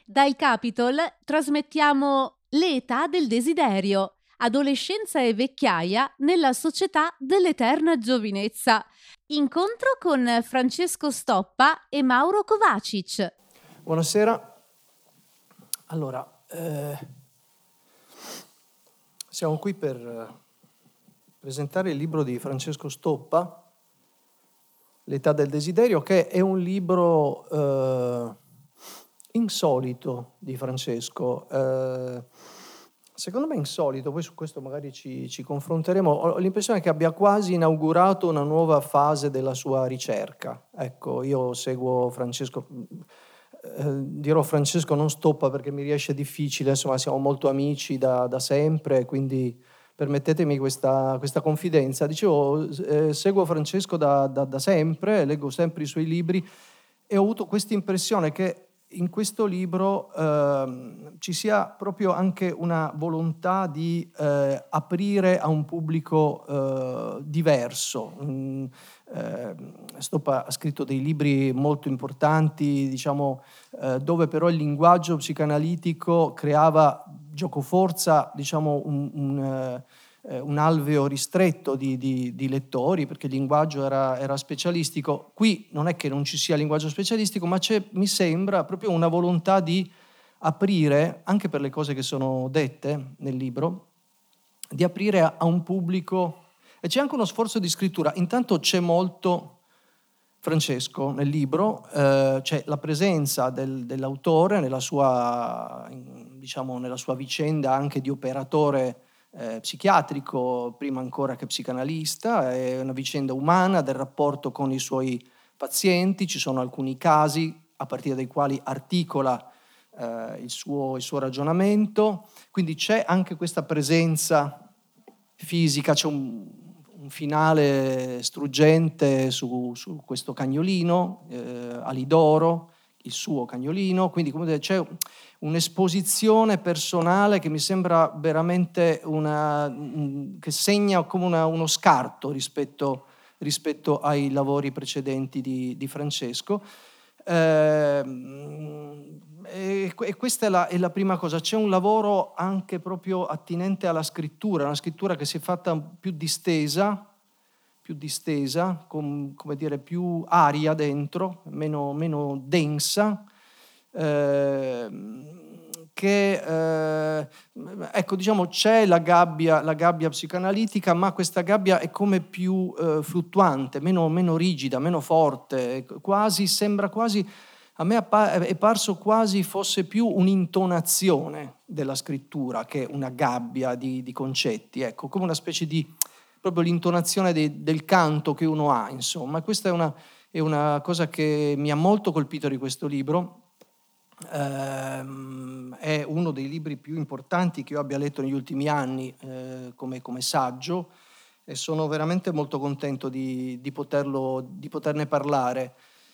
Dal Capitol trasmettiamo L'età del desiderio, adolescenza e vecchiaia nella società dell'eterna giovinezza. Incontro con Francesco Stoppa e Mauro Kovacic. Buonasera. Allora, siamo qui per presentare il libro di Francesco Stoppa, L'età del desiderio, che è un libro insolito di Francesco. Secondo me insolito, poi su questo magari ci confronteremo. Ho l'impressione che abbia quasi inaugurato una nuova fase della sua ricerca. Ecco, io seguo Francesco, dirò Francesco non Stoppa perché mi riesce difficile, insomma siamo molto amici da sempre, quindi permettetemi questa confidenza. Dicevo, seguo Francesco da sempre, leggo sempre i suoi libri e ho avuto questa impressione che in questo libro ci sia proprio anche una volontà di aprire a un pubblico diverso. Stoppa ha scritto dei libri molto importanti, diciamo, dove però il linguaggio psicanalitico creava giocoforza, diciamo, un alveo ristretto di lettori, perché il linguaggio era specialistico. Qui non è che non ci sia linguaggio specialistico, ma mi sembra proprio una volontà di aprire, anche per le cose che sono dette nel libro, di aprire a un pubblico. E c'è anche uno sforzo di scrittura. Intanto c'è molto Francesco nel libro, c'è la presenza dell'autore nella sua vicenda anche di operatore psichiatrico, prima ancora che psicanalista. È una vicenda umana del rapporto con i suoi pazienti. Ci sono alcuni casi a partire dai quali articola il suo ragionamento, quindi c'è anche questa presenza fisica. C'è un finale struggente su questo cagnolino, Alidoro, il suo cagnolino, quindi come dire, c'è un'esposizione personale che mi sembra veramente che segna come uno scarto rispetto ai lavori precedenti di Francesco. E questa è la prima cosa. C'è un lavoro anche proprio attinente alla scrittura, una scrittura che si è fatta più distesa, con, come dire, più aria dentro, meno densa, ecco, diciamo, c'è la gabbia psicanalitica, ma questa gabbia è come più fluttuante, meno rigida, meno forte, sembra quasi, a me è parso quasi fosse più un'intonazione della scrittura che una gabbia di concetti, ecco, come una specie di proprio l'intonazione del canto che uno ha, insomma. Questa è una cosa che mi ha molto colpito di questo libro. È uno dei libri più importanti che io abbia letto negli ultimi anni come saggio, e sono veramente molto contento di poterne parlare.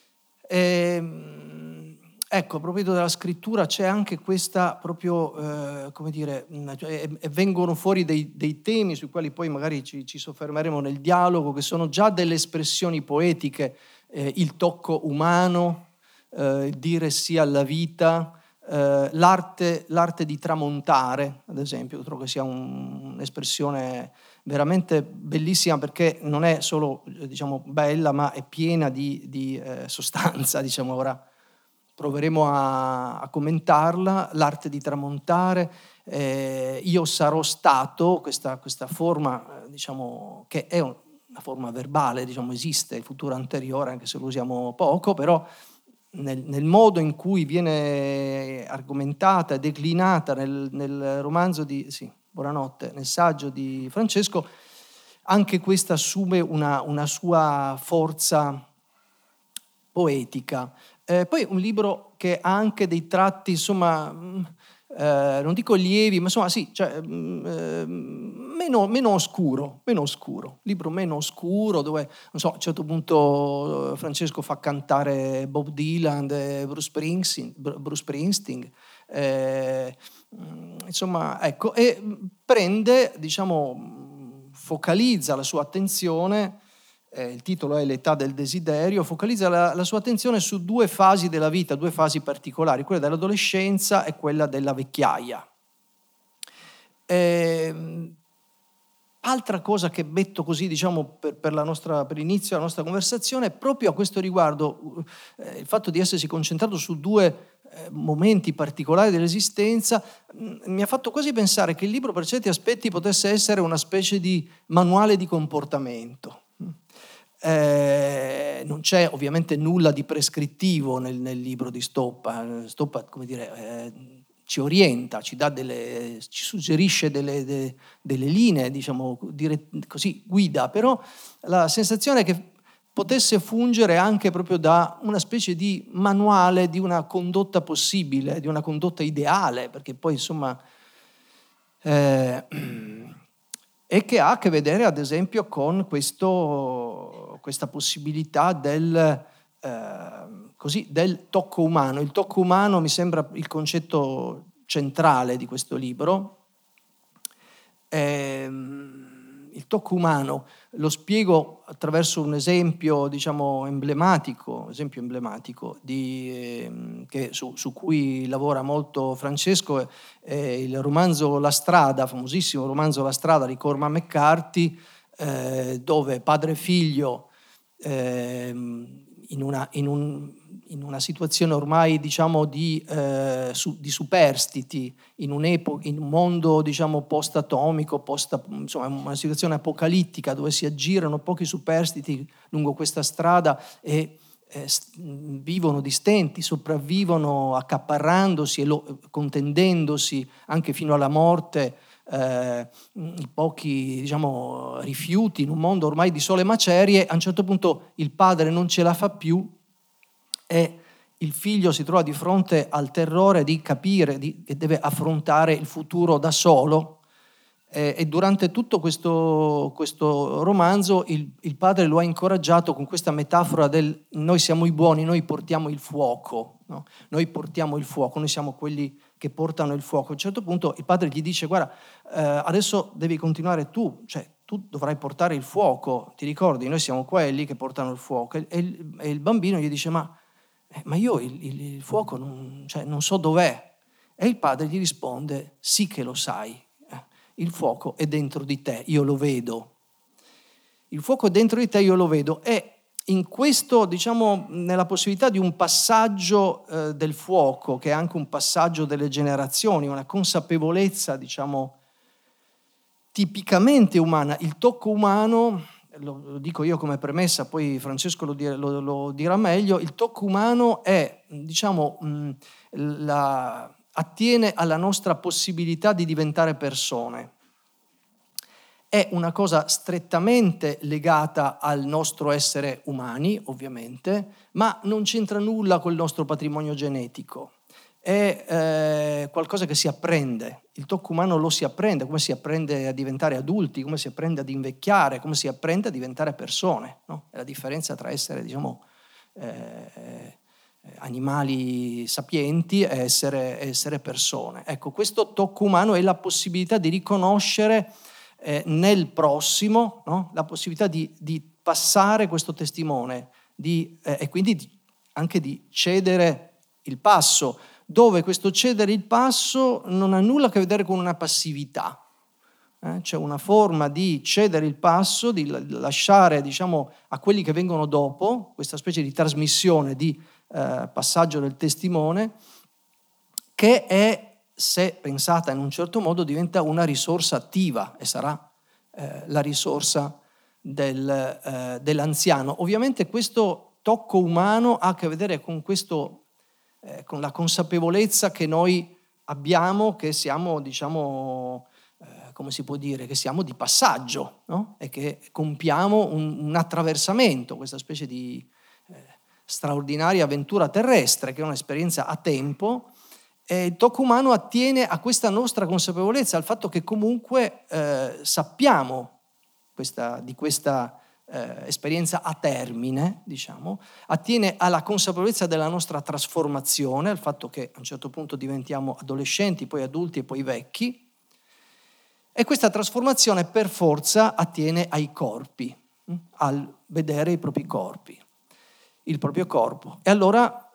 Ecco, a proposito della scrittura, c'è anche questa proprio, come dire, vengono fuori dei temi sui quali poi magari ci soffermeremo nel dialogo, che sono già delle espressioni poetiche, il tocco umano, dire sì alla vita, l'arte di tramontare, ad esempio. Trovo che sia un'espressione veramente bellissima, perché non è solo, diciamo, bella, ma è piena di sostanza, diciamo. Ora proveremo a commentarla. L'arte di tramontare, io sarò stato, questa forma, diciamo, che è una forma verbale, diciamo, esiste, il futuro anteriore, anche se lo usiamo poco, però nel modo in cui viene argomentata e declinata nel romanzo buonanotte, nel saggio di Francesco, anche questa assume una sua forza poetica. Poi un libro che ha anche dei tratti, insomma, non dico lievi, ma insomma sì, cioè, meno oscuro, libro meno oscuro, dove, non so, a un certo punto Francesco fa cantare Bob Dylan e Bruce Springsteen, insomma, ecco, e prende, diciamo, focalizza la sua attenzione il titolo è L'età del desiderio, focalizza la sua attenzione su due fasi della vita, due fasi particolari, quella dell'adolescenza e quella della vecchiaia. Altra cosa che metto così, diciamo, per l'inizio della nostra conversazione, proprio a questo riguardo, il fatto di essersi concentrato su due momenti particolari dell'esistenza, mi ha fatto quasi pensare che il libro per certi aspetti potesse essere una specie di manuale di comportamento. Non c'è ovviamente nulla di prescrittivo nel libro di Stoppa. Stoppa, come dire, ci orienta, ci suggerisce delle linee, diciamo, così, guida, però la sensazione è che potesse fungere anche proprio da una specie di manuale di una condotta possibile, di una condotta ideale, perché poi insomma e che ha a che vedere ad esempio con questa possibilità del tocco umano. Il tocco umano mi sembra il concetto centrale di questo libro. Il tocco umano lo spiego attraverso un esempio, diciamo, emblematico su cui lavora molto Francesco, è il romanzo La strada, famosissimo romanzo La strada di Cormac McCarthy, dove padre e figlio in una situazione ormai, diciamo, di superstiti, in un mondo, diciamo, post-atomico, insomma una situazione apocalittica dove si aggirano pochi superstiti lungo questa strada e vivono di stenti, sopravvivono accaparrandosi e contendendosi anche fino alla morte i pochi, diciamo, rifiuti in un mondo ormai di sole macerie. A un certo punto il padre non ce la fa più e il figlio si trova di fronte al terrore di capire che deve affrontare il futuro da solo, e durante tutto questo romanzo il padre lo ha incoraggiato con questa metafora del noi siamo i buoni, noi portiamo il fuoco, no? Noi portiamo il fuoco, noi siamo quelli che portano il fuoco. A un certo punto il padre gli dice: guarda, adesso devi continuare tu, cioè tu dovrai portare il fuoco, ti ricordi? Noi siamo quelli che portano il fuoco. E il bambino gli dice: ma io il fuoco non so dov'è. E il padre gli risponde: sì che lo sai, il fuoco è dentro di te, io lo vedo. Il fuoco è dentro di te, io lo vedo. E in questo, diciamo, nella possibilità di un passaggio del fuoco, che è anche un passaggio delle generazioni, una consapevolezza, diciamo, tipicamente umana, il tocco umano, lo dico io come premessa, poi Francesco lo dirà meglio, il tocco umano è, diciamo, attiene alla nostra possibilità di diventare persone. È una cosa strettamente legata al nostro essere umani, ovviamente, ma non c'entra nulla col nostro patrimonio genetico. È qualcosa che si apprende. Il tocco umano lo si apprende, come si apprende a diventare adulti, come si apprende ad invecchiare, come si apprende a diventare persone, no? È la differenza tra essere, diciamo, animali sapienti e essere persone. Ecco, questo tocco umano è la possibilità di riconoscere nel prossimo, no? La possibilità di passare questo testimone e quindi anche di cedere il passo, dove questo cedere il passo non ha nulla a che vedere con una passività. C'è una forma di cedere il passo, di lasciare, diciamo, a quelli che vengono dopo, questa specie di trasmissione, di passaggio del testimone, che è, se pensata in un certo modo, diventa una risorsa attiva e sarà la risorsa dell'anziano. Ovviamente questo tocco umano ha a che vedere con con la consapevolezza che noi abbiamo, che siamo, diciamo, come si può dire, che siamo di passaggio, no? E che compiamo un attraversamento, questa specie di straordinaria avventura terrestre, che è un'esperienza a tempo. Il tocco umano attiene a questa nostra consapevolezza, al fatto che comunque sappiamo di questa esperienza a termine, diciamo, attiene alla consapevolezza della nostra trasformazione, al fatto che a un certo punto diventiamo adolescenti, poi adulti e poi vecchi, e questa trasformazione per forza attiene ai corpi. al vedere i propri corpi, il proprio corpo. E allora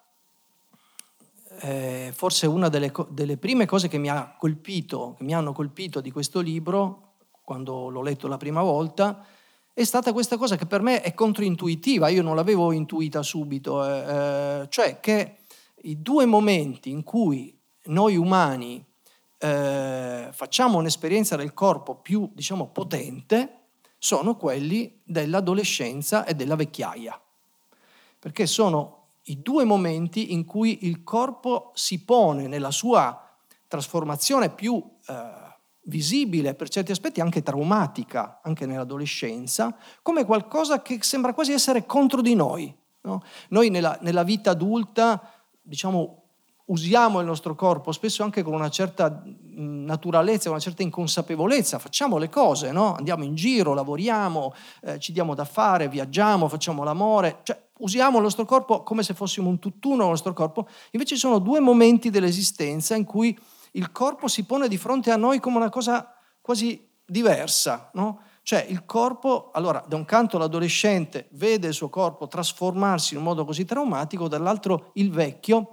forse una delle prime cose che mi hanno colpito di questo libro, quando l'ho letto la prima volta, è stata questa cosa che per me è controintuitiva, io non l'avevo intuita subito, cioè che i due momenti in cui noi umani facciamo un'esperienza del corpo più, diciamo, potente sono quelli dell'adolescenza e della vecchiaia, perché sono i due momenti in cui il corpo si pone nella sua trasformazione più visibile, per certi aspetti anche traumatica, anche nell'adolescenza, come qualcosa che sembra quasi essere contro di noi, no? Noi nella vita adulta, diciamo, usiamo il nostro corpo spesso anche con una certa naturalezza, una certa inconsapevolezza, facciamo le cose, no? Andiamo in giro, lavoriamo, ci diamo da fare, viaggiamo, facciamo l'amore, cioè usiamo il nostro corpo come se fossimo un tutt'uno al nostro corpo. Invece ci sono due momenti dell'esistenza in cui il corpo si pone di fronte a noi come una cosa quasi diversa, no? Cioè il corpo, allora da un canto l'adolescente vede il suo corpo trasformarsi in un modo così traumatico, dall'altro il vecchio,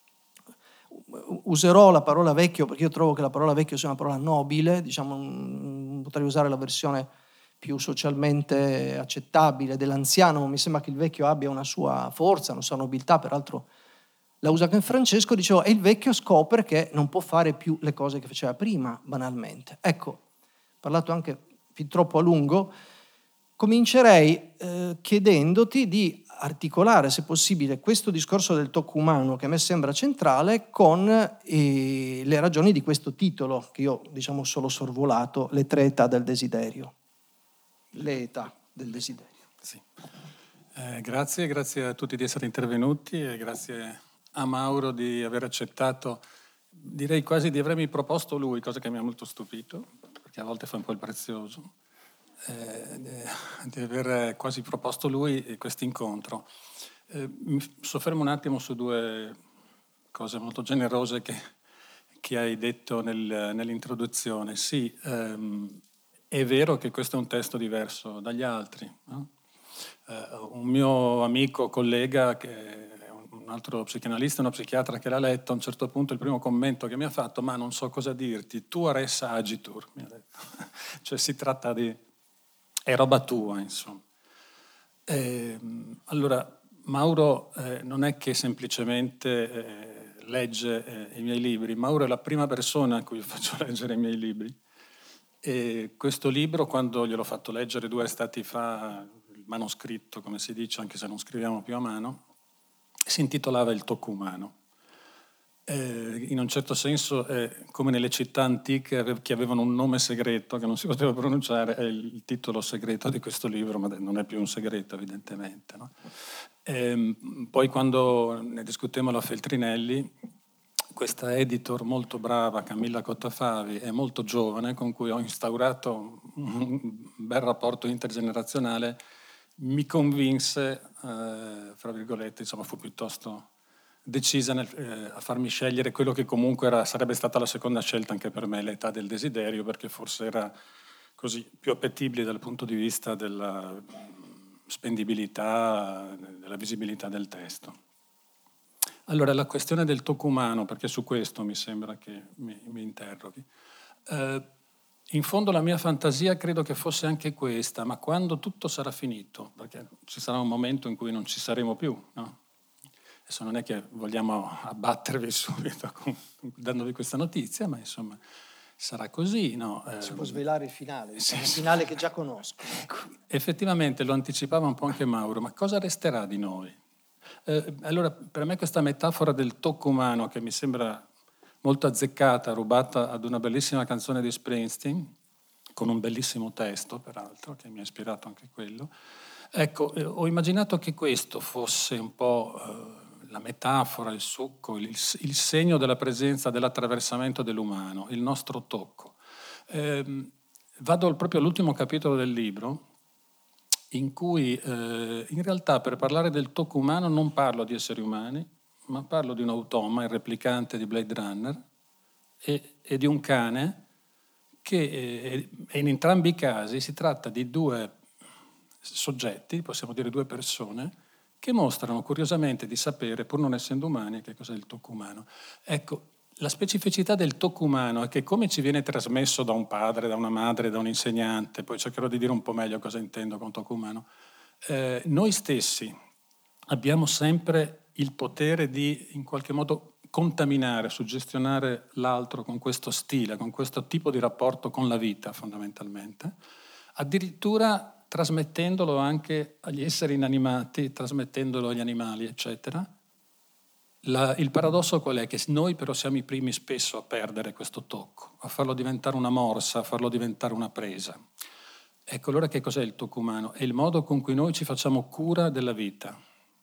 userò la parola vecchio perché io trovo che la parola vecchio sia una parola nobile, diciamo, potrei usare la versione più socialmente accettabile dell'anziano, mi sembra che il vecchio abbia una sua forza, una sua nobiltà, peraltro la usa anche Francesco, dicevo, e il vecchio scopre che non può fare più le cose che faceva prima, banalmente. Ecco, ho parlato anche fin troppo a lungo, comincerei chiedendoti di articolare, se possibile, questo discorso del tocco umano che a me sembra centrale con le ragioni di questo titolo, che io, diciamo, solo sorvolato, Le tre età del desiderio. Le età del desiderio. Sì. Grazie a tutti di essere intervenuti e grazie a Mauro di aver accettato, direi quasi di avermi proposto lui, cosa che mi ha molto stupito, perché a volte fa un po' il prezioso, di aver quasi proposto lui questo incontro. Mi soffermo un attimo su due cose molto generose che hai detto nell'introduzione. Sì, è vero che questo è un testo diverso dagli altri, no? Un mio amico, collega, che è un altro psicanalista, uno psichiatra che l'ha letto, a un certo punto il primo commento che mi ha fatto: ma non so cosa dirti, tu res agitur, mi ha detto. Cioè si tratta di... è roba tua, insomma. Allora, Mauro non è che semplicemente legge i miei libri, Mauro è la prima persona a cui faccio leggere i miei libri. E questo libro, quando gliel'ho fatto leggere 2 estati fa, il manoscritto, come si dice, anche se non scriviamo più a mano, si intitolava Il tocco umano. In un certo senso, come nelle città antiche che avevano un nome segreto che non si poteva pronunciare, è il titolo segreto di questo libro, ma non è più un segreto evidentemente, no? Poi quando ne discutemmo alla Feltrinelli, questa editor molto brava, Camilla Cottafavi, è molto giovane, con cui ho instaurato un bel rapporto intergenerazionale, mi convinse, fra virgolette, insomma fu piuttosto decisa a farmi scegliere quello che comunque sarebbe stata la seconda scelta anche per me, L'età del desiderio, perché forse era così più appetibile dal punto di vista della spendibilità, della visibilità del testo. Allora, la questione del tocco umano, perché su questo mi sembra che mi interroghi. In fondo la mia fantasia credo che fosse anche questa, ma quando tutto sarà finito, perché ci sarà un momento in cui non ci saremo più, no? Adesso non è che vogliamo abbattervi subito dandovi questa notizia, ma insomma sarà così, no? Si può svelare il finale, sì, il finale che già conosco. Effettivamente lo anticipava un po' anche Mauro, ma cosa resterà di noi? Allora, per me questa metafora del tocco umano, che mi sembra molto azzeccata, rubata ad una bellissima canzone di Springsteen, con un bellissimo testo, peraltro, che mi ha ispirato anche quello. Ecco, ho immaginato che questo fosse un po' la metafora, il succo, il segno della presenza, dell'attraversamento dell'umano, il nostro tocco. Vado proprio all'ultimo capitolo del libro, in cui in realtà per parlare del tocco umano non parlo di esseri umani, ma parlo di un automa, il replicante di Blade Runner, e di un cane che in entrambi i casi si tratta di due soggetti, possiamo dire 2 persone, che mostrano curiosamente di sapere, pur non essendo umani, che cos'è il tocco umano. Ecco, la specificità del tocco umano è che come ci viene trasmesso da un padre, da una madre, da un insegnante, poi cercherò di dire un po' meglio cosa intendo con tocco umano, noi stessi abbiamo sempre il potere di, in qualche modo, contaminare, suggestionare l'altro con questo stile, con questo tipo di rapporto con la vita, fondamentalmente, addirittura trasmettendolo anche agli esseri inanimati, trasmettendolo agli animali, eccetera. Il paradosso qual è? Che noi però siamo i primi spesso a perdere questo tocco, a farlo diventare una morsa, a farlo diventare una presa. Ecco, allora che cos'è il tocco umano? È il modo con cui noi ci facciamo cura della vita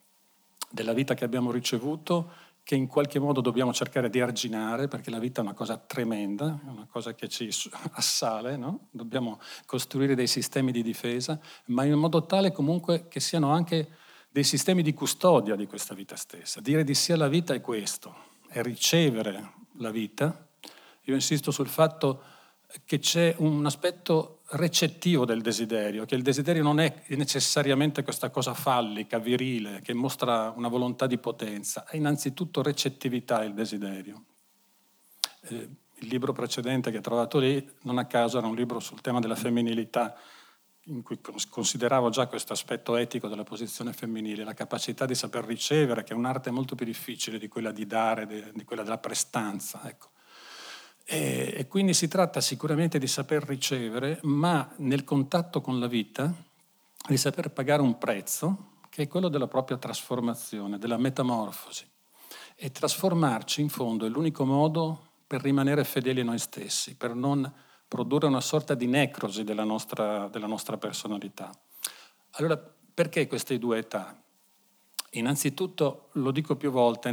che abbiamo ricevuto, che in qualche modo dobbiamo cercare di arginare, perché la vita è una cosa tremenda, è una cosa che ci assale, no? Dobbiamo costruire dei sistemi di difesa, ma in modo tale comunque che siano anche dei sistemi di custodia di questa vita stessa. Dire di sì alla vita è questo, è ricevere la vita. Io insisto sul fatto che c'è un aspetto recettivo del desiderio, che il desiderio non è necessariamente questa cosa fallica, virile, che mostra una volontà di potenza, è innanzitutto recettività il desiderio. Il libro precedente che ho trovato lì, non a caso, era un libro sul tema della femminilità, in cui consideravo già questo aspetto etico della posizione femminile, la capacità di saper ricevere, che è un'arte molto più difficile di quella di dare, di quella della prestanza, ecco. E quindi si tratta sicuramente di saper ricevere, ma nel contatto con la vita di saper pagare un prezzo, che è quello della propria trasformazione, della metamorfosi. E trasformarci, in fondo, è l'unico modo per rimanere fedeli a noi stessi, per non produrre una sorta di necrosi della nostra personalità. Allora, perché queste 2 età? Innanzitutto, lo dico più volte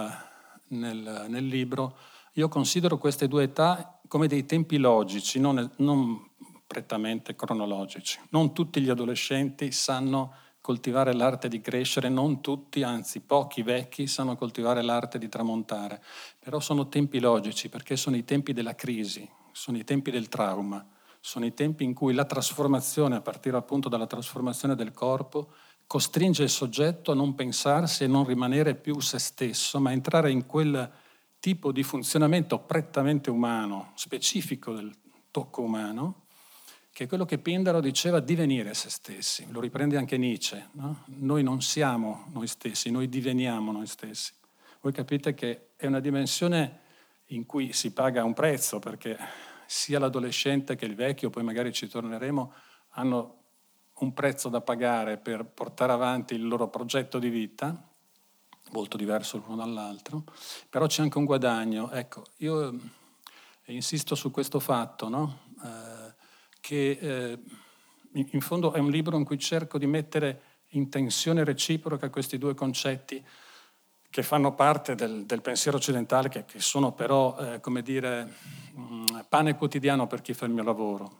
nel libro, io considero queste 2 età come dei tempi logici, non prettamente cronologici. Non tutti gli adolescenti sanno coltivare l'arte di crescere, non tutti, anzi pochi vecchi sanno coltivare l'arte di tramontare, però sono tempi logici perché sono i tempi della crisi, sono i tempi del trauma, sono i tempi in cui la trasformazione, a partire appunto dalla trasformazione del corpo, costringe il soggetto a non pensarsi e non rimanere più se stesso, ma entrare in quel tipo di funzionamento prettamente umano, specifico del tocco umano, che è quello che Pindaro diceva divenire se stessi. Lo riprende anche Nietzsche, no? Noi non siamo noi stessi, noi diveniamo noi stessi. Voi capite che è una dimensione in cui si paga un prezzo, perché sia l'adolescente che il vecchio, poi magari ci torneremo, hanno un prezzo da pagare per portare avanti il loro progetto di vita, molto diverso l'uno dall'altro, però c'è anche un guadagno. Ecco, io insisto su questo fatto, no? Che in fondo è un libro in cui cerco di mettere in tensione reciproca questi 2 concetti che fanno parte del pensiero occidentale, che sono però, come dire, pane quotidiano per chi fa il mio lavoro,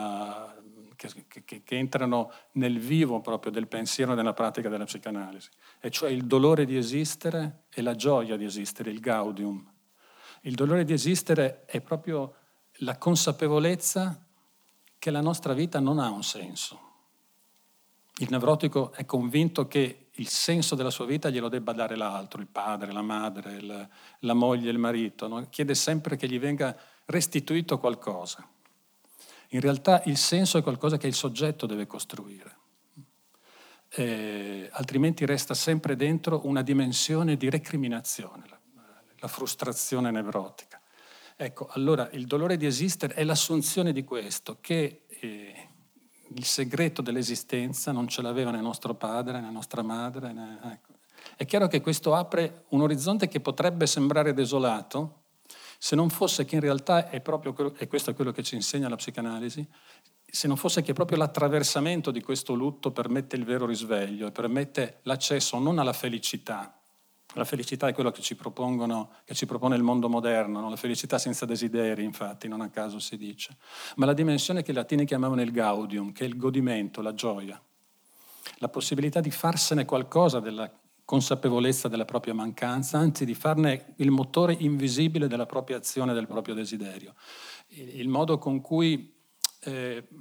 che entrano nel vivo proprio del pensiero e della pratica della psicanalisi, e cioè il dolore di esistere e la gioia di esistere, il gaudium. Il dolore di esistere è proprio la consapevolezza che la nostra vita non ha un senso. Il nevrotico è convinto che il senso della sua vita glielo debba dare l'altro, il padre, la madre, la moglie, il marito, no? Chiede sempre che gli venga restituito qualcosa. In realtà il senso è qualcosa che il soggetto deve costruire, altrimenti resta sempre dentro una dimensione di recriminazione, la frustrazione nevrotica. Ecco, allora il dolore di esistere è l'assunzione di questo, che il segreto dell'esistenza non ce l'aveva né nostro padre, né nostra madre. Ecco. È chiaro che questo apre un orizzonte che potrebbe sembrare desolato, se non fosse che in realtà è proprio quello, e questo è quello che ci insegna la psicanalisi, se non fosse che proprio l'attraversamento di questo lutto permette il vero risveglio e permette l'accesso non alla felicità. La felicità è quello che ci propone il mondo moderno, no? La felicità senza desideri, infatti, non a caso si dice, ma la dimensione che i latini chiamavano il gaudium, che è il godimento, la gioia, la possibilità di farsene qualcosa della consapevolezza della propria mancanza, anzi di farne il motore invisibile della propria azione, del proprio desiderio. Il modo con cui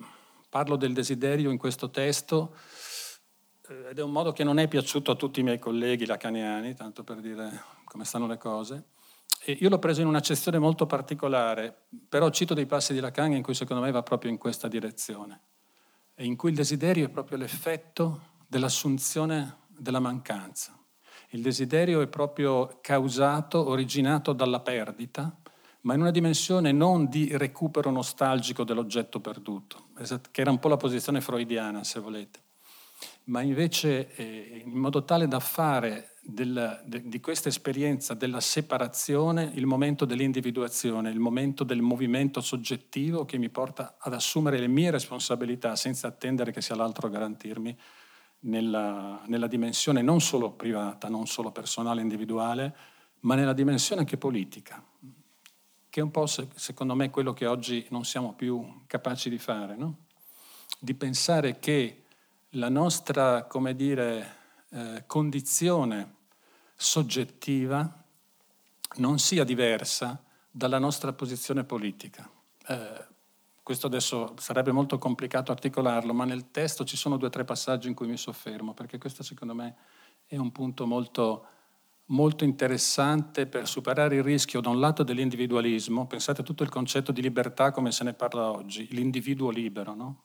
Parlo del desiderio in questo testo ed è un modo che non è piaciuto a tutti i miei colleghi lacaniani, tanto per dire come stanno le cose. E io l'ho preso in un'accezione molto particolare, però cito dei passi di Lacan in cui secondo me va proprio in questa direzione, e in cui il desiderio è proprio l'effetto dell'assunzione della mancanza. Il desiderio è proprio causato, originato dalla perdita, ma in una dimensione non di recupero nostalgico dell'oggetto perduto, che era un po' la posizione freudiana, se volete, ma invece in modo tale da fare di questa esperienza della separazione il momento dell'individuazione, il momento del movimento soggettivo che mi porta ad assumere le mie responsabilità senza attendere che sia l'altro a garantirmi nella dimensione non solo privata, non solo personale, individuale, ma nella dimensione anche politica, che è un po' secondo me quello che oggi non siamo più capaci di fare, no? Di pensare che la nostra, come dire, condizione soggettiva non sia diversa dalla nostra posizione politica. Questo adesso sarebbe molto complicato articolarlo, ma nel testo ci sono 2 o 3 passaggi in cui mi soffermo, perché questo secondo me è un punto molto, molto interessante per superare il rischio da un lato dell'individualismo. Pensate a tutto il concetto di libertà come se ne parla oggi, l'individuo libero, no?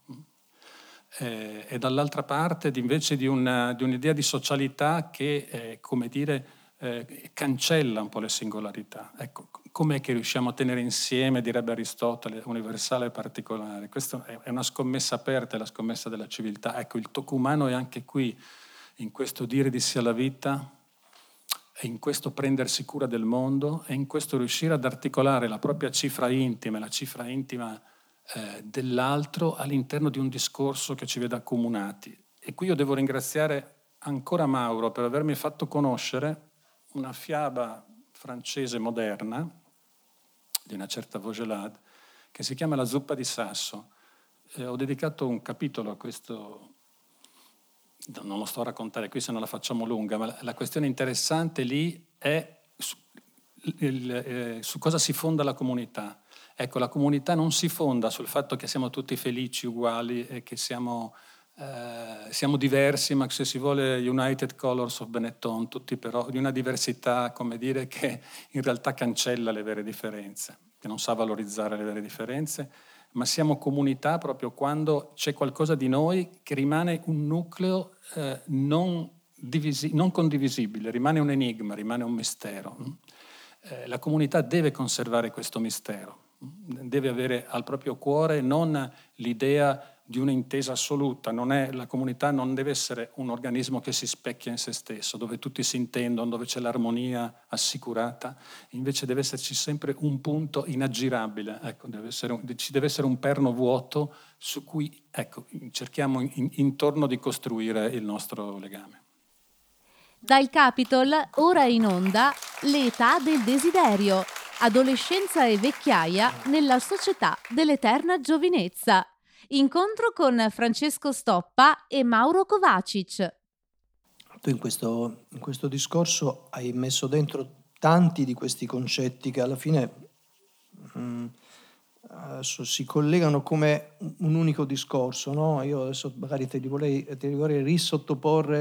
E dall'altra parte invece di un'idea di socialità che, come dire, cancella un po' le singolarità. Ecco, com'è che riusciamo a tenere insieme, direbbe Aristotele, universale e particolare? Questa è una scommessa aperta, è la scommessa della civiltà. Ecco, il tocco umano è anche qui, in questo dire di sì alla vita, e in questo prendersi cura del mondo, e in questo riuscire ad articolare la propria cifra intima, la cifra intima dell'altro all'interno di un discorso che ci veda accomunati. E qui io devo ringraziare ancora Mauro per avermi fatto conoscere una fiaba francese moderna di una certa Vaugelade che si chiama La zuppa di sasso. Ho dedicato un capitolo a questo, non lo sto a raccontare qui se non la facciamo lunga, ma la questione interessante lì è su cosa si fonda la comunità. Ecco, la comunità non si fonda sul fatto che siamo tutti felici, uguali e che siamo diversi, ma se si vuole United Colors of Benetton, tutti però di una diversità, come dire, che in realtà cancella le vere differenze, che non sa valorizzare le vere differenze, ma siamo comunità proprio quando c'è qualcosa di noi che rimane un nucleo non condivisibile, rimane un enigma, rimane un mistero. La comunità deve conservare questo mistero, deve avere al proprio cuore non l'idea di un'intesa assoluta, la comunità non deve essere un organismo che si specchia in se stesso, dove tutti si intendono, dove c'è l'armonia assicurata, invece deve esserci sempre un punto inaggirabile, ecco, ci deve essere un perno vuoto su cui cerchiamo intorno di costruire il nostro legame. Dal Capitol, ora in onda, L'età del desiderio, adolescenza e vecchiaia nella società dell'eterna giovinezza. Incontro con Francesco Stoppa e Mauro Kovacic. Tu in questo discorso hai messo dentro tanti di questi concetti che alla fine si collegano come un unico discorso, no? Io adesso magari te li vorrei risottoporre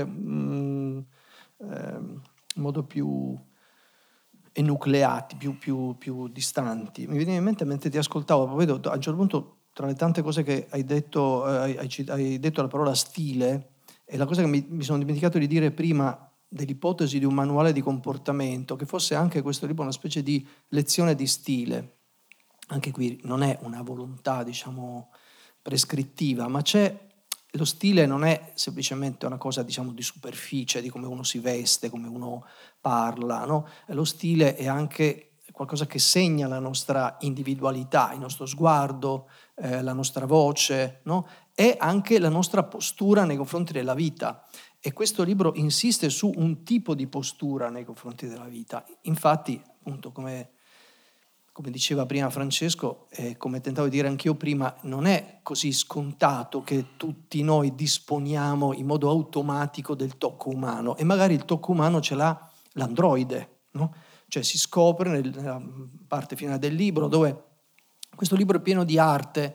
in modo più enucleati, più distanti. Mi viene in mente mentre ti ascoltavo, vedo a un certo punto, tra le tante cose che hai detto la parola stile, e la cosa che mi sono dimenticato di dire prima dell'ipotesi di un manuale di comportamento, che fosse anche questo libro una specie di lezione di stile. Anche qui non è una volontà, diciamo, prescrittiva, ma lo stile non è semplicemente una cosa, diciamo, di superficie, di come uno si veste, come uno parla, no? Lo stile è anche qualcosa che segna la nostra individualità, il nostro sguardo, la nostra voce, no? E anche la nostra postura nei confronti della vita. E questo libro insiste su un tipo di postura nei confronti della vita. Infatti, appunto, come diceva prima Francesco, e come tentavo di dire anch'io prima, non è così scontato che tutti noi disponiamo in modo automatico del tocco umano, e magari il tocco umano ce l'ha l'androide, no? Cioè si scopre nella parte finale del libro dove Questo libro è pieno di arte,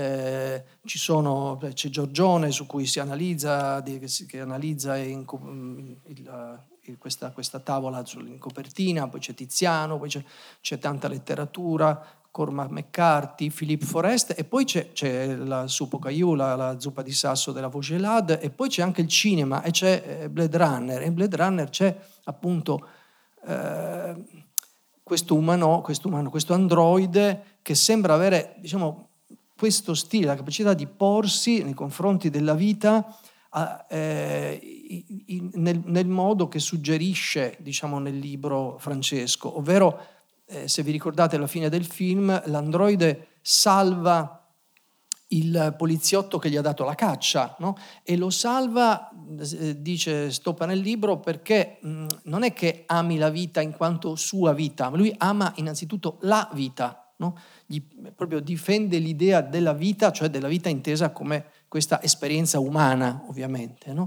c'è Giorgione su cui si analizza, che analizza questa tavola in copertina, poi c'è Tiziano, poi c'è tanta letteratura, Cormac McCarthy, Philippe Forest, e poi c'è la Supo Caillou, la zuppa di sasso della Vaugelade, e poi c'è anche il cinema e c'è Blade Runner. E in Blade Runner c'è appunto questo androide che sembra avere, diciamo, questo stile, la capacità di porsi nei confronti della vita nel modo che suggerisce, diciamo, nel libro Francesco, ovvero se vi ricordate alla fine del film, l'androide salva il poliziotto che gli ha dato la caccia, no? E lo salva, dice Stoppa nel libro, perché non è che ami la vita in quanto sua vita, ma lui ama innanzitutto la vita, no? Proprio difende l'idea della vita, cioè della vita intesa come questa esperienza umana, ovviamente, no?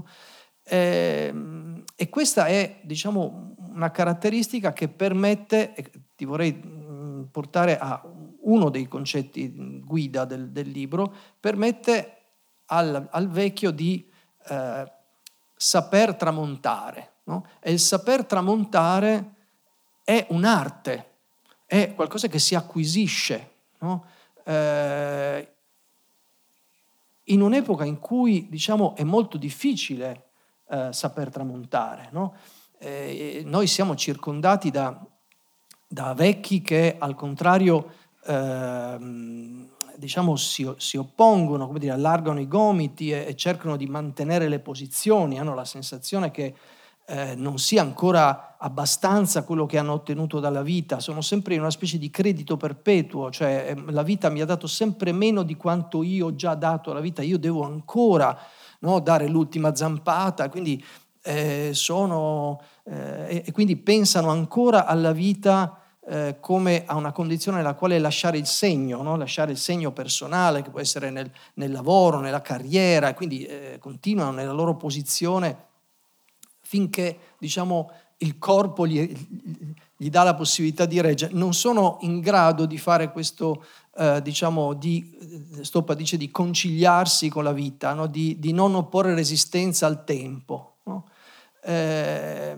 E questa è, diciamo, una caratteristica che permette, ti vorrei portare a uno dei concetti guida del libro, permette al vecchio di saper tramontare, no? E il saper tramontare è un'arte, è qualcosa che si acquisisce, no? In un'epoca in cui, diciamo, è molto difficile saper tramontare, no? Noi siamo circondati da vecchi che al contrario diciamo si oppongono, come dire, allargano i gomiti e cercano di mantenere le posizioni, hanno la sensazione che non sia ancora abbastanza quello che hanno ottenuto dalla vita, sono sempre in una specie di credito perpetuo, cioè la vita mi ha dato sempre meno di quanto io ho già dato alla vita, io devo ancora, no, dare l'ultima zampata, quindi e quindi pensano ancora alla vita come a una condizione nella quale lasciare il segno, no? Lasciare il segno personale, che può essere nel lavoro, nella carriera, e quindi continuano nella loro posizione finché, diciamo, il corpo gli dà la possibilità di reggere. Non sono in grado di fare questo, diciamo, Stoppa dice di conciliarsi con la vita, no? di non opporre resistenza al tempo, no? È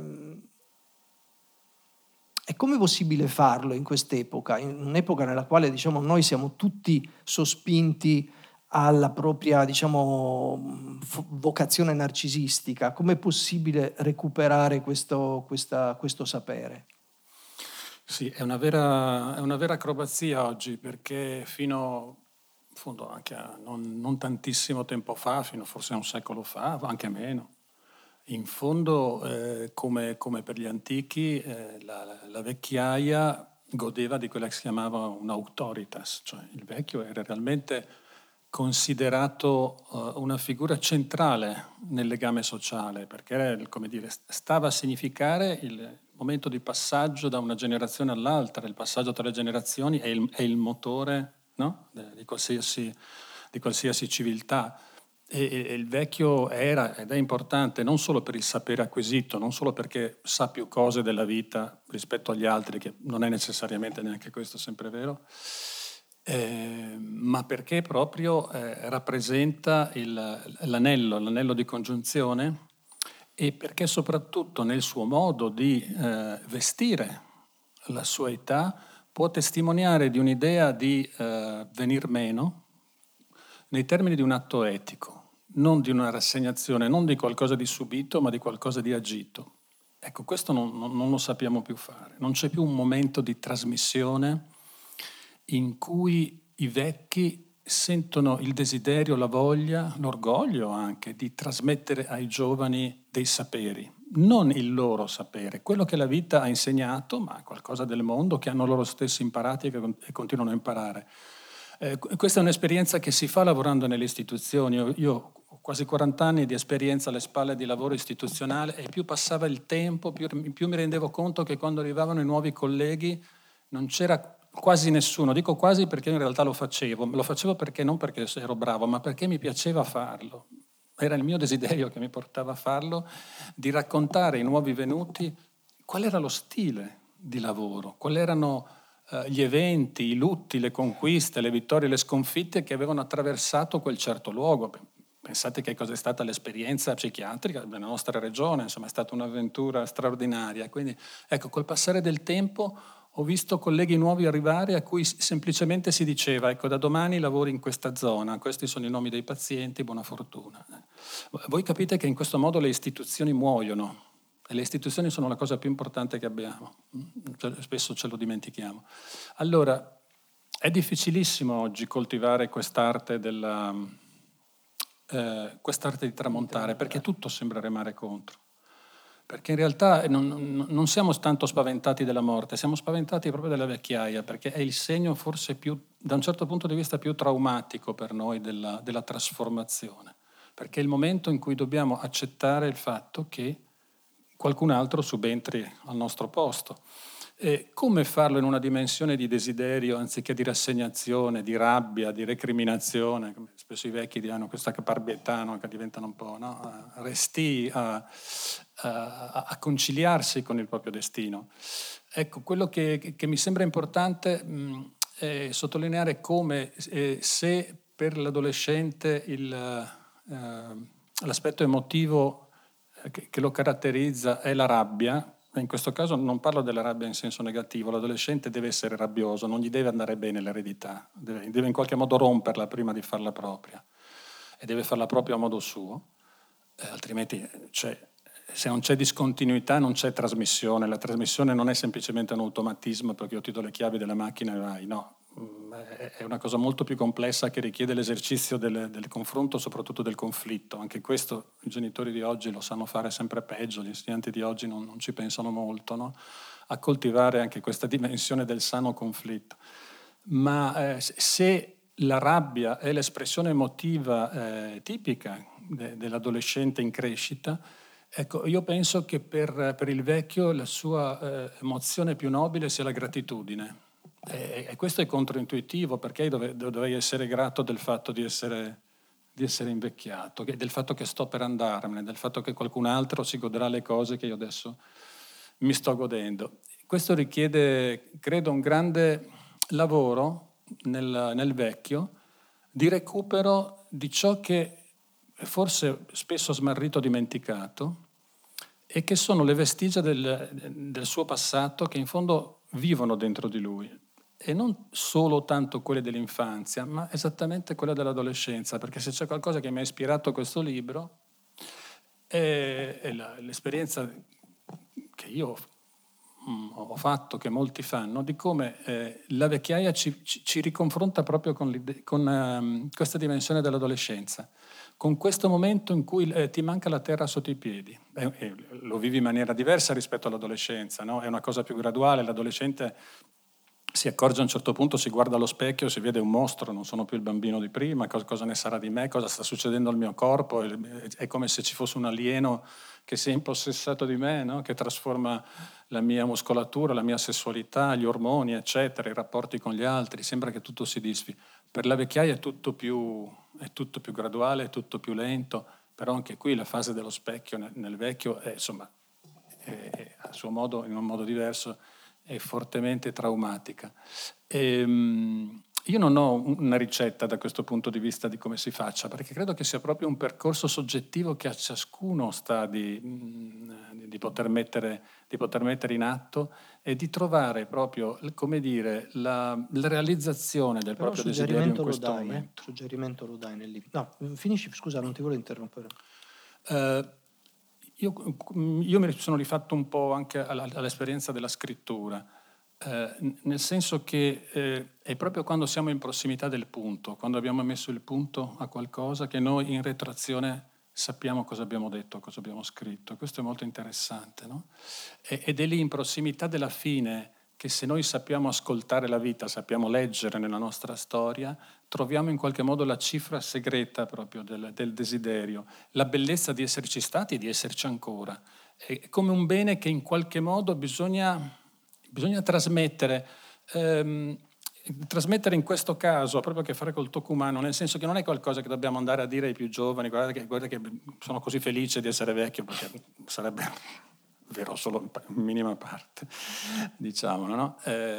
come possibile farlo in quest'epoca, in un'epoca nella quale, diciamo, noi siamo tutti sospinti alla propria, diciamo, vocazione narcisistica? Com'è possibile recuperare questo sapere? Sì, è una vera acrobazia oggi, perché fino in fondo anche a non tantissimo tempo fa, fino forse a un secolo fa, anche meno, in fondo come per gli antichi la vecchiaia godeva di quella che si chiamava un'autoritas, cioè il vecchio era realmente considerato una figura centrale nel legame sociale, perché come dire, stava a significare il momento di passaggio da una generazione all'altra, il passaggio tra le generazioni è il motore, no? di qualsiasi civiltà. E il vecchio era ed è importante non solo per il sapere acquisito, non solo perché sa più cose della vita rispetto agli altri, che non è necessariamente neanche questo sempre vero, ma perché proprio rappresenta l'anello di congiunzione, e perché soprattutto nel suo modo di vestire la sua età può testimoniare di un'idea di venir meno nei termini di un atto etico, non di una rassegnazione, non di qualcosa di subito, ma di qualcosa di agito. Ecco, questo non lo sappiamo più fare. Non c'è più un momento di trasmissione in cui i vecchi sentono il desiderio, la voglia, l'orgoglio anche di trasmettere ai giovani dei saperi, non il loro sapere, quello che la vita ha insegnato, ma qualcosa del mondo che hanno loro stessi imparati e continuano a imparare. Questa è un'esperienza che si fa lavorando nelle istituzioni. Io ho quasi 40 anni di esperienza alle spalle di lavoro istituzionale, e più passava il tempo, più mi rendevo conto che quando arrivavano i nuovi colleghi non c'era quasi nessuno. Dico quasi perché in realtà lo facevo perché non perché ero bravo, ma perché mi piaceva farlo. Era il mio desiderio che mi portava a farlo, di raccontare ai nuovi venuti qual era lo stile di lavoro, quali erano gli eventi, i lutti, le conquiste, le vittorie, le sconfitte che avevano attraversato quel certo luogo. Pensate che cosa è stata l'esperienza psichiatrica della nostra regione, insomma è stata un'avventura straordinaria. Quindi ecco, col passare del tempo ho visto colleghi nuovi arrivare a cui semplicemente si diceva, ecco, da domani lavori in questa zona, questi sono i nomi dei pazienti, buona fortuna. Voi capite che in questo modo le istituzioni muoiono, e le istituzioni sono la cosa più importante che abbiamo, spesso ce lo dimentichiamo. Allora, è difficilissimo oggi coltivare quest'arte quest'arte di tramontare, perché tutto sembra remare contro. Perché in realtà non siamo tanto spaventati della morte, siamo spaventati proprio della vecchiaia, perché è il segno forse più, da un certo punto di vista, più traumatico per noi della trasformazione. Perché è il momento in cui dobbiamo accettare il fatto che qualcun altro subentri al nostro posto. E come farlo in una dimensione di desiderio anziché di rassegnazione, di rabbia, di recriminazione, come spesso i vecchi dicono, questa caparbietà, no? Che diventano un po' restii a conciliarsi con il proprio destino. Ecco, quello che mi sembra importante è sottolineare come se per l'adolescente l'aspetto emotivo che lo caratterizza è la rabbia. In questo caso non parlo della rabbia in senso negativo, l'adolescente deve essere rabbioso, non gli deve andare bene l'eredità, deve in qualche modo romperla prima di farla propria e deve farla propria a modo suo, altrimenti se non c'è discontinuità non c'è trasmissione. La trasmissione non è semplicemente un automatismo perché io ti do le chiavi della macchina e vai, no. È una cosa molto più complessa che richiede l'esercizio del confronto, soprattutto del conflitto. Anche questo i genitori di oggi lo sanno fare sempre peggio, gli insegnanti di oggi non ci pensano molto, no? A coltivare anche questa dimensione del sano conflitto. Ma se la rabbia è l'espressione emotiva tipica dell'adolescente in crescita, ecco, io penso che per il vecchio la sua emozione più nobile sia la gratitudine. E questo è controintuitivo, perché io dovrei essere grato del fatto di essere invecchiato, del fatto che sto per andarmene, del fatto che qualcun altro si godrà le cose che io adesso mi sto godendo. Questo richiede, credo, un grande lavoro nel vecchio di recupero di ciò che forse spesso smarrito o dimenticato, e che sono le vestigia del suo passato che in fondo vivono dentro di lui. E non solo tanto quelle dell'infanzia, ma esattamente quelle dell'adolescenza, perché se c'è qualcosa che mi ha ispirato a questo libro è l'esperienza che io ho fatto, che molti fanno, di come la vecchiaia ci riconfronta proprio con questa dimensione dell'adolescenza, con questo momento in cui ti manca la terra sotto i piedi. Lo vivi in maniera diversa rispetto all'adolescenza, no? È una cosa più graduale. L'adolescente si accorge a un certo punto, si guarda allo specchio, si vede un mostro, non sono più il bambino di prima, cosa ne sarà di me, cosa sta succedendo al mio corpo, è come se ci fosse un alieno che si è impossessato di me, no? Che trasforma la mia muscolatura, la mia sessualità, gli ormoni, eccetera, i rapporti con gli altri, sembra che tutto si disfi. Per la vecchiaia è tutto più graduale, è tutto più lento, però anche qui la fase dello specchio nel vecchio è, insomma, è a suo modo, in un modo diverso, è fortemente traumatica. Io non ho una ricetta da questo punto di vista di come si faccia, perché credo che sia proprio un percorso soggettivo che a ciascuno sta di poter mettere in atto e di trovare proprio, come dire, la realizzazione del proprio desiderio in questo momento. Suggerimento lo dai nel libro. No, finisci, scusa, non ti volevo interrompere. Io mi sono rifatto un po' anche all'esperienza della scrittura, nel senso che è proprio quando siamo in prossimità del punto, quando abbiamo messo il punto a qualcosa, che noi in retroazione sappiamo cosa abbiamo detto, cosa abbiamo scritto. Questo è molto interessante, no? Ed è lì in prossimità della fine che, se noi sappiamo ascoltare la vita, sappiamo leggere nella nostra storia, troviamo in qualche modo la cifra segreta proprio del desiderio, la bellezza di esserci stati e di esserci ancora. È come un bene che in qualche modo bisogna trasmettere. Trasmettere in questo caso ha proprio a che fare col tocco umano, nel senso che non è qualcosa che dobbiamo andare a dire ai più giovani, guarda che sono così felice di essere vecchio, perché sarebbe vero solo in minima parte, diciamolo, no?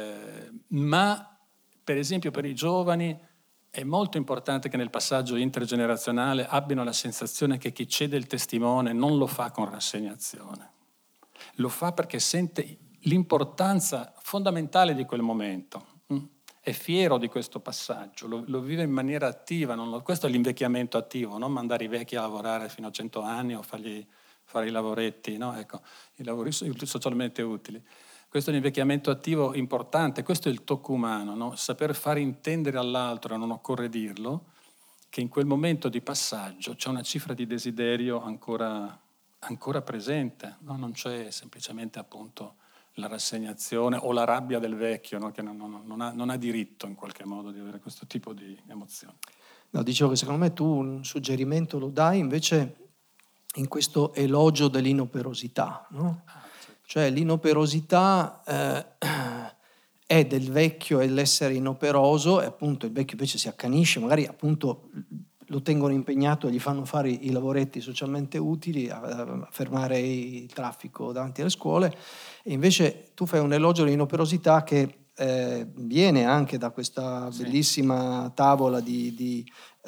Ma per esempio per i giovani è molto importante che nel passaggio intergenerazionale abbiano la sensazione che chi cede il testimone non lo fa con rassegnazione, lo fa perché sente l'importanza fondamentale di quel momento, è fiero di questo passaggio, lo vive in maniera attiva, questo è l'invecchiamento attivo, non mandare i vecchi a lavorare fino a 100 anni o fargli fare i lavoretti, no? Ecco, i lavori socialmente utili. Questo è un invecchiamento attivo importante, questo è il tocco umano, no? Saper fare intendere all'altro, non occorre dirlo, che in quel momento di passaggio c'è una cifra di desiderio ancora presente, no? Non c'è semplicemente appunto la rassegnazione o la rabbia del vecchio, no? Che non ha diritto in qualche modo di avere questo tipo di emozioni. No, dicevo che secondo me tu un suggerimento lo dai invece in questo elogio dell'inoperosità, no? Cioè l'inoperosità è del vecchio e l'essere inoperoso, e appunto il vecchio invece si accanisce, magari appunto lo tengono impegnato e gli fanno fare i lavoretti socialmente utili, a fermare il traffico davanti alle scuole, e invece tu fai un elogio dell'inoperosità che viene anche da questa bellissima tavola di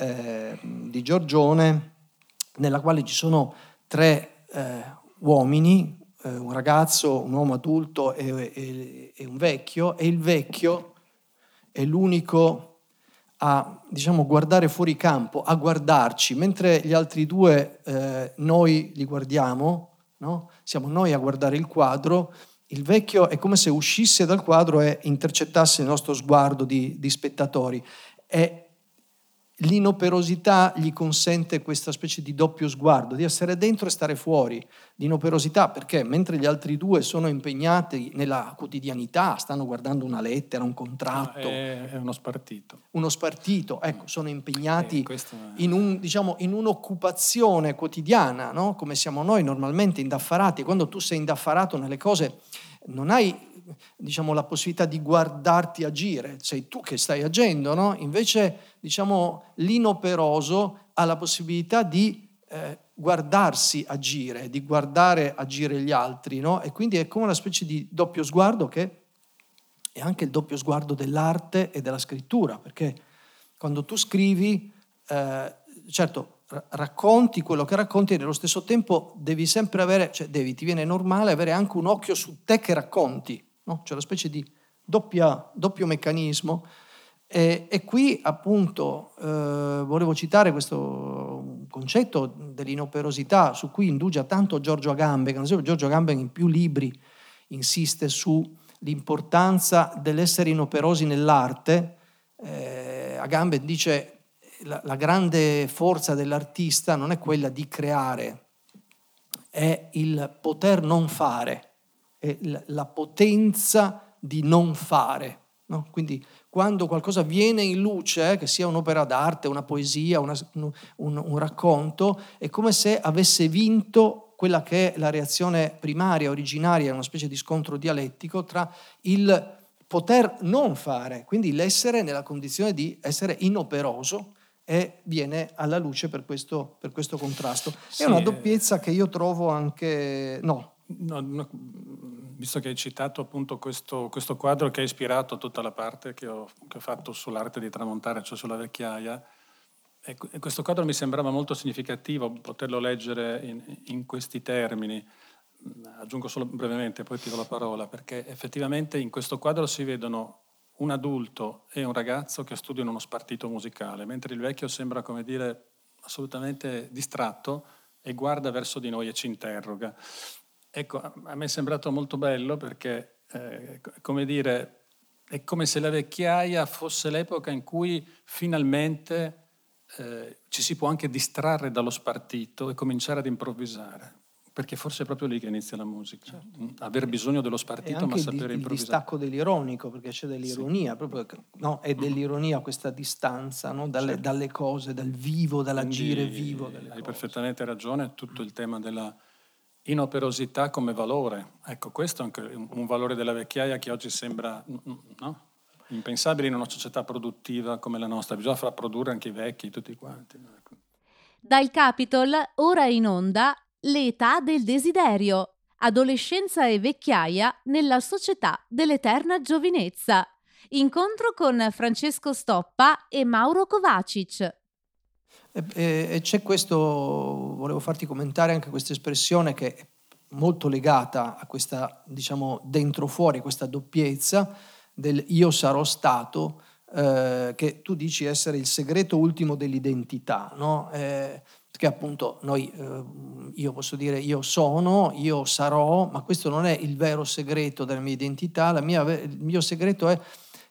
Giorgione, nella quale ci sono 3 uomini, un ragazzo, un uomo adulto e un vecchio, e il vecchio è l'unico a, diciamo, guardare fuori campo, a guardarci, mentre gli altri 2 noi li guardiamo, no? Siamo noi a guardare il quadro. Il vecchio è come se uscisse dal quadro e intercettasse il nostro sguardo di spettatori. E l'inoperosità gli consente questa specie di doppio sguardo, di essere dentro e stare fuori. L'inoperosità perché mentre gli altri 2 sono impegnati nella quotidianità, stanno guardando una lettera, un contratto. È uno spartito. Uno spartito, ecco, sono impegnati in un'occupazione quotidiana, no? Come siamo noi normalmente indaffarati. Quando tu sei indaffarato nelle cose non hai, diciamo, la possibilità di guardarti agire, sei tu che stai agendo, no? Invece, diciamo, l'inoperoso ha la possibilità di guardarsi agire, di guardare agire gli altri, no? E quindi è come una specie di doppio sguardo che è anche il doppio sguardo dell'arte e della scrittura, perché quando tu scrivi, certo, racconti quello che racconti e nello stesso tempo devi sempre avere, cioè ti viene normale avere anche un occhio su te che racconti, no? C'è una specie di doppio meccanismo e qui appunto volevo citare questo concetto dell'inoperosità su cui indugia tanto Giorgio Agamben, che ad esempio Giorgio Agamben in più libri insiste sull'importanza dell'essere inoperosi nell'arte. Agamben dice la grande forza dell'artista non è quella di creare, è il poter non fare, è la potenza di non fare, no? Quindi quando qualcosa viene in luce, che sia un'opera d'arte, una poesia, un racconto, è come se avesse vinto quella che è la reazione primaria, originaria, una specie di scontro dialettico tra il poter non fare, quindi l'essere nella condizione di essere inoperoso, e viene alla luce per questo contrasto. È una doppiezza che io trovo anche... No, visto che hai citato appunto questo quadro che ha ispirato tutta la parte che ho fatto sull'arte di tramontare, cioè sulla vecchiaia, e questo quadro mi sembrava molto significativo poterlo leggere in questi termini. Aggiungo solo brevemente, poi ti do la parola, perché effettivamente in questo quadro si vedono un adulto e un ragazzo che studiano uno spartito musicale, mentre il vecchio sembra, come dire, assolutamente distratto e guarda verso di noi e ci interroga. Ecco, a me è sembrato molto bello perché, come dire, è come se la vecchiaia fosse l'epoca in cui finalmente ci si può anche distrarre dallo spartito e cominciare ad improvvisare. Perché forse è proprio lì che inizia la musica, certo. Aver bisogno dello spartito ma sapere improvvisare. Il distacco dell'ironico, perché c'è dell'ironia, proprio, no? È dell'ironia questa distanza, no? Dalle cose, dal vivo, dall'agire vivo delle cose. Hai perfettamente ragione, tutto il tema della inoperosità come valore. Ecco, questo è anche un valore della vecchiaia che oggi sembra impensabile in una società produttiva come la nostra. Bisogna far produrre anche i vecchi, tutti quanti. Ecco. Dal Capitol, ora in onda, L'età del desiderio, Adolescenza e vecchiaia nella società dell'eterna giovinezza. Incontro con Francesco Stoppa e Mauro Kovacic. E c'è questo, volevo farti commentare anche questa espressione che è molto legata a questa, diciamo, dentro fuori, questa doppiezza del io sarò stato, che tu dici essere il segreto ultimo dell'identità, no? Perché appunto noi, io posso dire io sono, io sarò, ma questo non è il vero segreto della mia identità. Il mio segreto è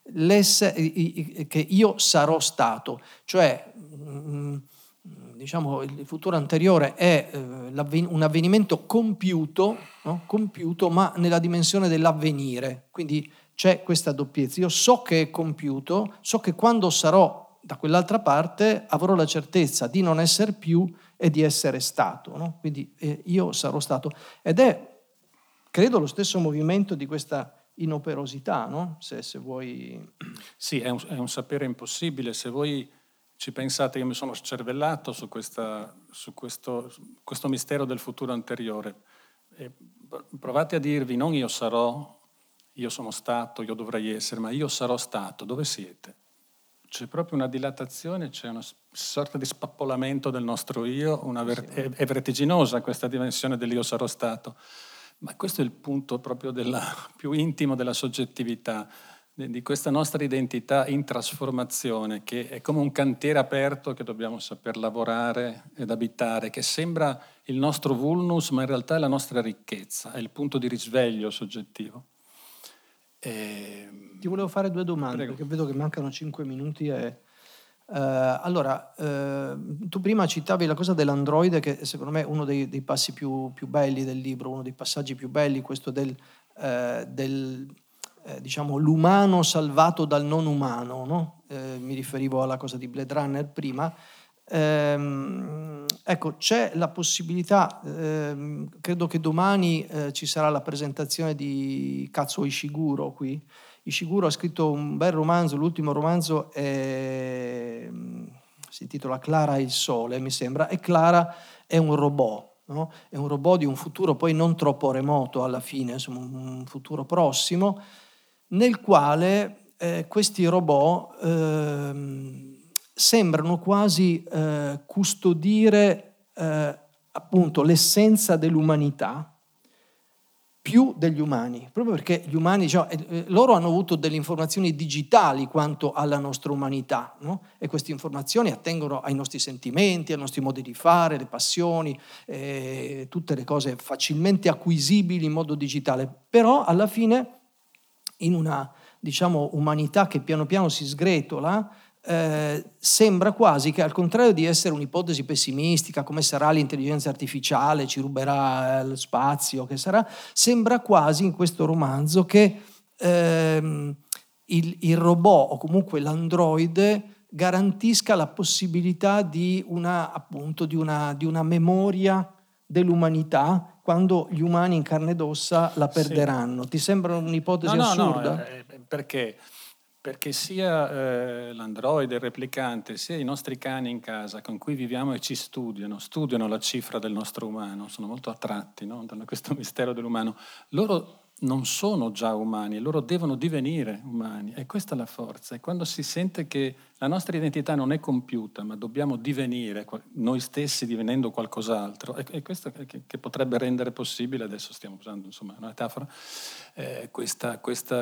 che io sarò stato, cioè diciamo il futuro anteriore è un avvenimento compiuto, no? Compiuto, ma nella dimensione dell'avvenire, quindi c'è questa doppiezza. Io so che è compiuto, so che quando sarò da quell'altra parte avrò la certezza di non essere più e di essere stato, no? Quindi io sarò stato, ed è credo lo stesso movimento di questa inoperosità, no? Se vuoi. Sì, è un sapere impossibile. Se voi ci pensate, io mi sono scervellato su questo mistero del futuro anteriore. Provate a dirvi, non io sarò, io sono stato, io dovrei essere, ma io sarò stato. Dove siete? C'è proprio una dilatazione, c'è una sorta di spappolamento del nostro io, è vertiginosa questa dimensione dell'io sarò stato. Ma questo è il punto proprio più intimo della soggettività, di questa nostra identità in trasformazione, che è come un cantiere aperto che dobbiamo saper lavorare ed abitare, che sembra il nostro vulnus, ma in realtà è la nostra ricchezza, è il punto di risveglio soggettivo. Ti volevo fare 2 domande, Prego. perché vedo che mancano 5 minuti. Allora, tu prima citavi la cosa dell'androide, che secondo me è uno dei passi più belli del libro, uno dei passaggi più belli, questo diciamo, l'umano salvato dal non umano, no? Mi riferivo alla cosa di Blade Runner prima. Ecco, c'è la possibilità, credo che domani ci sarà la presentazione di Kazuo Ishiguro qui. Ishiguro ha scritto un bel romanzo, l'ultimo romanzo si intitola Clara e il sole, mi sembra, e Clara è un robot. No? È un robot di un futuro poi non troppo remoto alla fine, insomma un futuro prossimo, nel quale questi robot sembrano quasi custodire appunto l'essenza dell'umanità più degli umani, proprio perché gli umani, loro hanno avuto delle informazioni digitali quanto alla nostra umanità, no? E queste informazioni attengono ai nostri sentimenti, ai nostri modi di fare, le passioni, tutte le cose facilmente acquisibili in modo digitale, però alla fine in una, diciamo, umanità che piano piano si sgretola, sembra quasi che, al contrario di essere un'ipotesi pessimistica, come sarà l'intelligenza artificiale, ci ruberà lo spazio, che sarà, sembra quasi in questo romanzo che il robot o comunque l'androide garantisca la possibilità di una memoria dell'umanità quando gli umani in carne ed ossa la perderanno. Sì. Ti sembra un'ipotesi assurda? No, perché? Perché sia l'androide, il replicante, sia i nostri cani in casa con cui viviamo e ci studiano la cifra del nostro umano, sono molto attratti, no? Da questo mistero dell'umano. Loro non sono già umani, loro devono divenire umani, e questa è la forza. E quando si sente che la nostra identità non è compiuta, ma dobbiamo divenire noi stessi divenendo qualcos'altro, è questo che potrebbe rendere possibile, adesso stiamo usando insomma una metafora, questa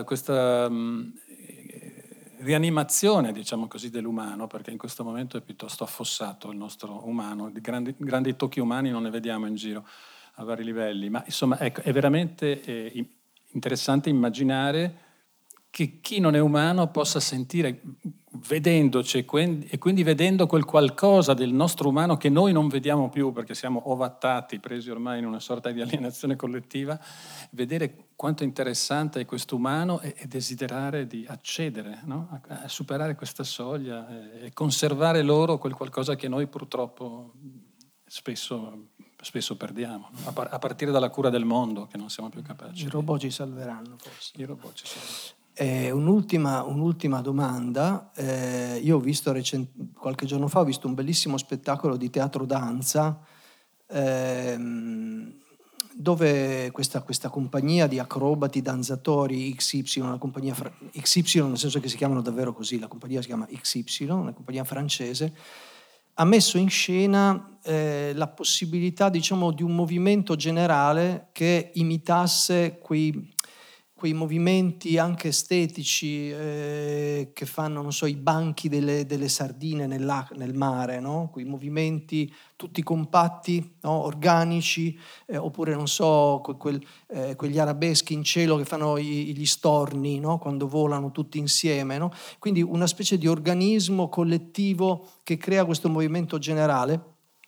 rianimazione, diciamo così, dell'umano, perché in questo momento è piuttosto affossato il nostro umano, di grandi tocchi umani non ne vediamo in giro a vari livelli, ma insomma ecco, è veramente interessante immaginare che chi non è umano possa sentire, vedendoci e quindi vedendo quel qualcosa del nostro umano che noi non vediamo più perché siamo ovattati, presi ormai in una sorta di alienazione collettiva, vedere quanto interessante è questo umano e desiderare di accedere, no? A superare questa soglia e conservare loro quel qualcosa che noi purtroppo spesso perdiamo, a partire dalla cura del mondo, che non siamo più capaci. I robot ci salveranno, forse. I robot ci salveranno. Un'ultima domanda. Io ho visto qualche giorno fa, ho visto un bellissimo spettacolo di teatro danza dove questa compagnia di acrobati, danzatori XY, una compagnia XY nel senso che si chiamano davvero così, la compagnia si chiama XY, una compagnia francese, ha messo in scena la possibilità, diciamo, di un movimento generale che imitasse quei movimenti anche estetici che fanno, non so, i banchi delle sardine nel mare, no? Quei movimenti tutti compatti, no? Organici, oppure, non so, quegli arabeschi in cielo che fanno gli storni, no? Quando volano tutti insieme, no? Quindi una specie di organismo collettivo che crea questo movimento generale.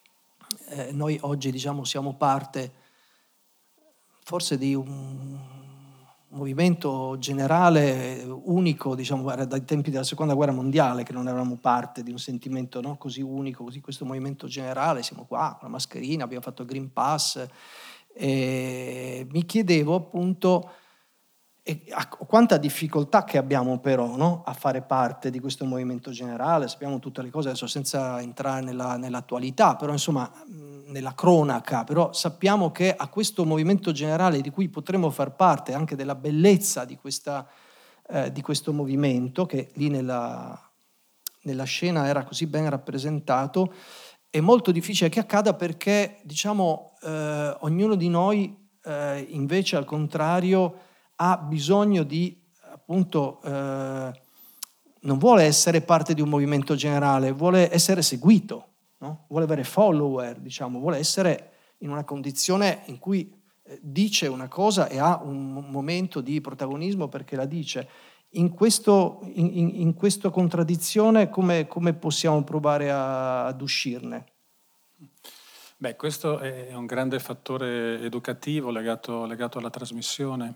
Noi oggi, diciamo, siamo parte forse di un movimento generale unico, diciamo, dai tempi della seconda guerra mondiale, che non eravamo parte di un sentimento, no, così unico, così questo movimento generale. Siamo qua con la mascherina, abbiamo fatto il Green Pass, e mi chiedevo appunto quanta difficoltà che abbiamo però, no, a fare parte di questo movimento generale. Sappiamo tutte le cose, adesso senza entrare nell'attualità, però insomma nella cronaca, però sappiamo che a questo movimento generale di cui potremmo far parte, anche della bellezza di questo movimento, che lì nella scena era così ben rappresentato, è molto difficile che accada perché, diciamo, ognuno di noi invece al contrario ha bisogno di, appunto, non vuole essere parte di un movimento generale, vuole essere seguito, no? Vuole avere follower, diciamo, vuole essere in una condizione in cui dice una cosa e ha un momento di protagonismo perché la dice. In questa contraddizione come possiamo provare ad uscirne? Beh, questo è un grande fattore educativo legato alla trasmissione.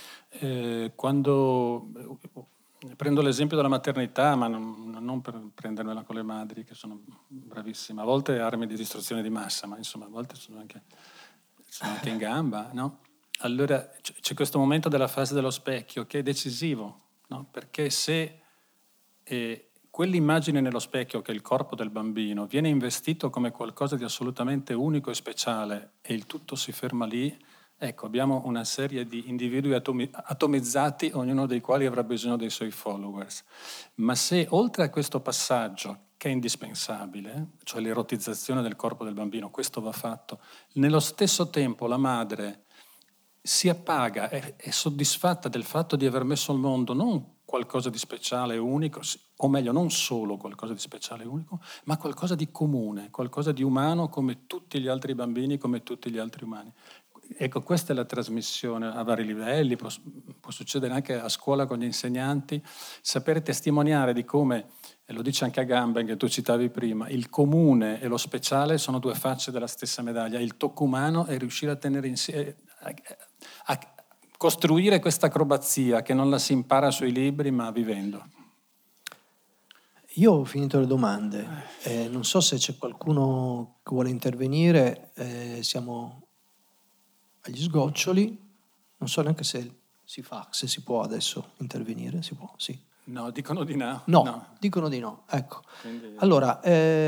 Quando prendo l'esempio della maternità, ma non per prendermela con le madri, che sono bravissime, a volte armi di distruzione di massa, ma insomma a volte sono anche in gamba, no? Allora c'è questo momento della fase dello specchio che è decisivo, no? Perché se quell'immagine nello specchio, che è il corpo del bambino, viene investito come qualcosa di assolutamente unico e speciale e il tutto si ferma lì, ecco, abbiamo una serie di individui atomizzati, ognuno dei quali avrà bisogno dei suoi followers. Ma se oltre a questo passaggio, che è indispensabile, cioè l'erotizzazione del corpo del bambino, questo va fatto, nello stesso tempo la madre si appaga, è soddisfatta del fatto di aver messo al mondo non qualcosa di speciale e unico, o meglio, non solo qualcosa di speciale e unico, ma qualcosa di comune, qualcosa di umano come tutti gli altri bambini, come tutti gli altri umani. Ecco, questa è la trasmissione a vari livelli, può succedere anche a scuola con gli insegnanti, sapere testimoniare di come, e lo dice anche Agamben che tu citavi prima, il comune e lo speciale sono due facce della stessa medaglia. Il tocco umano è riuscire a tenere insieme, a costruire questa acrobazia che non la si impara sui libri ma vivendo. Io ho finito le domande, non so se c'è qualcuno che vuole intervenire, siamo agli sgoccioli, non so neanche se si può adesso intervenire, si può, sì. No, dicono di no. No, dicono di no, ecco. Quindi... Allora,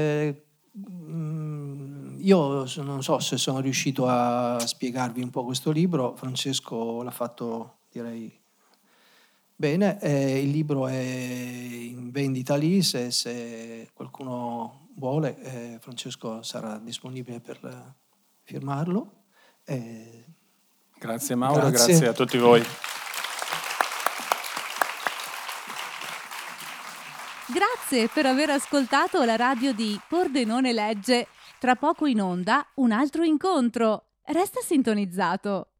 io non so se sono riuscito a spiegarvi un po' questo libro, Francesco l'ha fatto, direi, bene. Il libro è in vendita lì, se qualcuno vuole, Francesco sarà disponibile per firmarlo. Grazie Mauro, grazie a tutti voi. Grazie per aver ascoltato la radio di Pordenone Legge. Tra poco in onda un altro incontro. Resta sintonizzato.